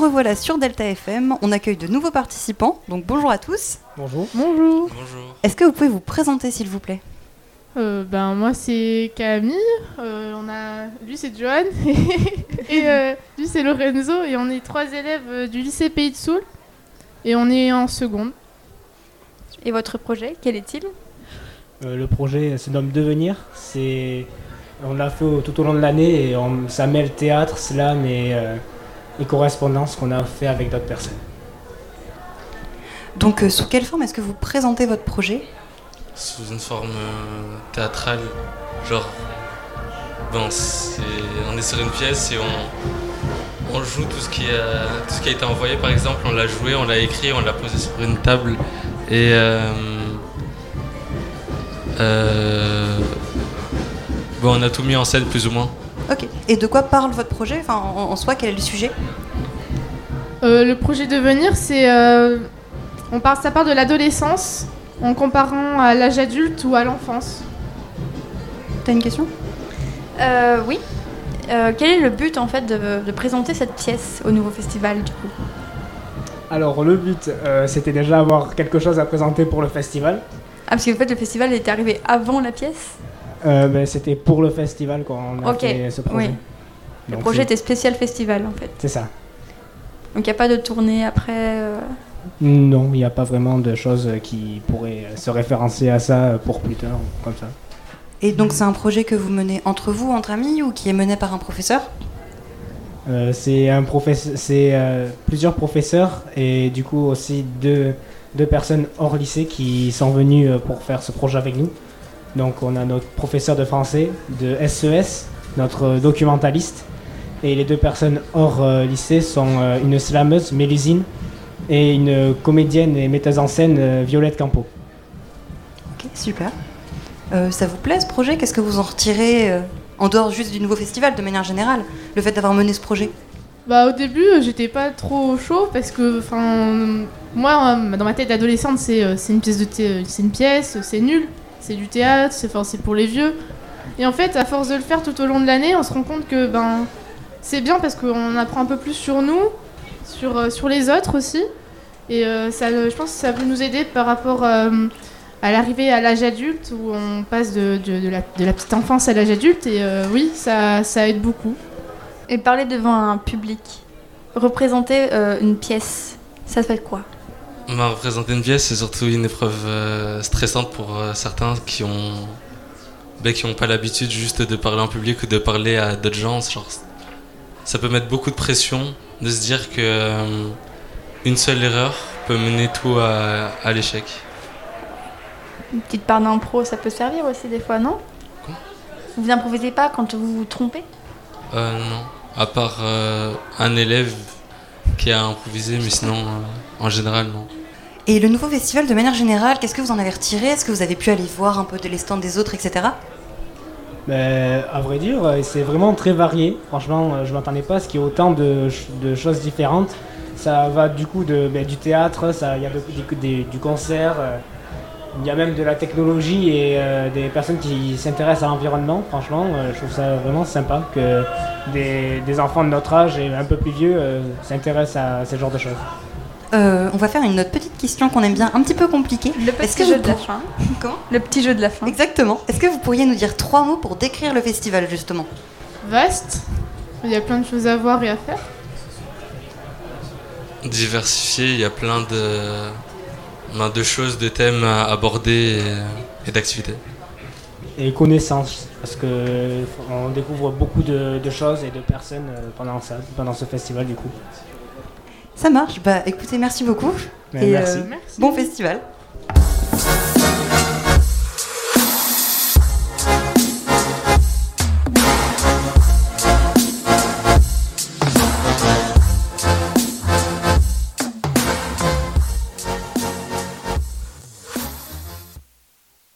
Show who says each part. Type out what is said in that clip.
Speaker 1: revoilà sur Delta FM. On accueille de nouveaux participants, donc bonjour à tous.
Speaker 2: Bonjour.
Speaker 3: Bonjour.
Speaker 4: Bonjour.
Speaker 1: Est-ce que vous pouvez vous présenter s'il vous plaît ?
Speaker 3: Moi c'est Camille, lui c'est Johan et lui c'est Lorenzo et on est 3 élèves du lycée Pays de Soule et on est en seconde.
Speaker 5: Et votre projet, quel est-il ?
Speaker 2: Le projet se nomme Devenir. On l'a fait tout au long de l'année et ça mêle théâtre, slam et correspondance qu'on a fait avec d'autres personnes.
Speaker 1: Donc sous quelle forme est-ce que vous présentez votre projet ?
Speaker 4: Sous une forme théâtrale, genre, on est sur une pièce et on joue tout ce qui a été envoyé. Par exemple, on l'a joué, on l'a écrit, on l'a posé sur une table et on a tout mis en scène plus ou moins.
Speaker 1: Ok. Et de quoi parle votre projet ? Enfin, en soi, quel est le sujet ?
Speaker 3: Le projet Devenir, ça part de l'adolescence en comparant à l'âge adulte ou à l'enfance.
Speaker 1: T'as une question ?
Speaker 5: Oui. Quel est le but en fait de présenter cette pièce au nouveau festival du coup ?
Speaker 2: Alors le but, c'était déjà avoir quelque chose à présenter pour le festival.
Speaker 5: Ah, parce que en fait le festival était arrivé avant la pièce ?
Speaker 2: C'était pour le festival qu'on a fait ce projet.
Speaker 5: Oui. Le
Speaker 2: Donc,
Speaker 5: projet était spécial festival en fait.
Speaker 2: C'est ça.
Speaker 5: Donc il n'y a pas de tournée après
Speaker 2: Non, il n'y a pas vraiment de choses qui pourraient se référencer à ça pour plus tard, comme ça.
Speaker 1: Et donc c'est un projet que vous menez entre vous, entre amis, ou qui est mené par un professeur ?
Speaker 2: C'est plusieurs professeurs et du coup aussi deux personnes hors lycée qui sont venues pour faire ce projet avec nous. Donc on a notre professeur de français de SES, notre documentaliste, et les deux personnes hors lycée sont une slameuse, Mélusine, et une comédienne et metteuse en scène, Violette Campo.
Speaker 1: Ok, super. Ça vous plaît ce projet ? Qu'est-ce que vous en retirez en dehors juste du nouveau festival, de manière générale, le fait d'avoir mené ce projet ?
Speaker 3: Au début, j'étais pas trop chaud parce que, moi, dans ma tête d'adolescente, c'est une pièce, c'est nul, c'est du théâtre, c'est pour les vieux. Et en fait, à force de le faire tout au long de l'année, on se rend compte que c'est bien parce qu'on apprend un peu plus sur nous, sur les autres aussi. Et je pense que ça peut nous aider par rapport à l'arrivée à l'âge adulte où on passe de la petite enfance à l'âge adulte. Et oui, ça aide beaucoup.
Speaker 5: Et parler devant un public, représenter une pièce, ça fait quoi ?
Speaker 4: Représenter une pièce, c'est surtout une épreuve stressante pour certains qui ont pas l'habitude juste de parler en public ou de parler à d'autres gens. Genre, ça peut mettre beaucoup de pression de se dire que une seule erreur peut mener tout à l'échec.
Speaker 5: Une petite part d'impro, ça peut servir aussi des fois, non ?
Speaker 4: Quoi ?
Speaker 5: Vous improvisez pas quand vous vous trompez ?
Speaker 4: Non, à part un élève qui a improvisé, mais sinon, en général, non.
Speaker 1: Et le nouveau festival, de manière générale, qu'est-ce que vous en avez retiré ? Est-ce que vous avez pu aller voir un peu les stands des autres, etc.
Speaker 2: À vrai dire, c'est vraiment très varié. Franchement, je ne m'attendais pas à ce qu'il y ait autant de choses différentes. Ça va du coup du théâtre, il y a du concert, il y a même de la technologie et des personnes qui s'intéressent à l'environnement. Franchement, je trouve ça vraiment sympa que des enfants de notre âge et un peu plus vieux s'intéressent à ce genre de choses.
Speaker 1: On va faire une autre petite question qu'on aime bien, un petit peu compliquée.
Speaker 5: Le petit jeu de la fin.
Speaker 1: Comment ?
Speaker 5: Le petit jeu de la fin.
Speaker 1: Exactement. Est-ce que vous pourriez nous dire 3 mots pour décrire le festival, justement ?
Speaker 3: Vaste, il y a plein de choses à voir et à faire.
Speaker 4: Diversifié, il y a plein de choses, de thèmes à aborder et d'activités.
Speaker 2: Et connaissances, parce qu'on découvre beaucoup de choses et de personnes pendant ce festival du coup.
Speaker 1: Ça marche. Écoutez, merci beaucoup.
Speaker 2: Merci.
Speaker 1: Bon festival.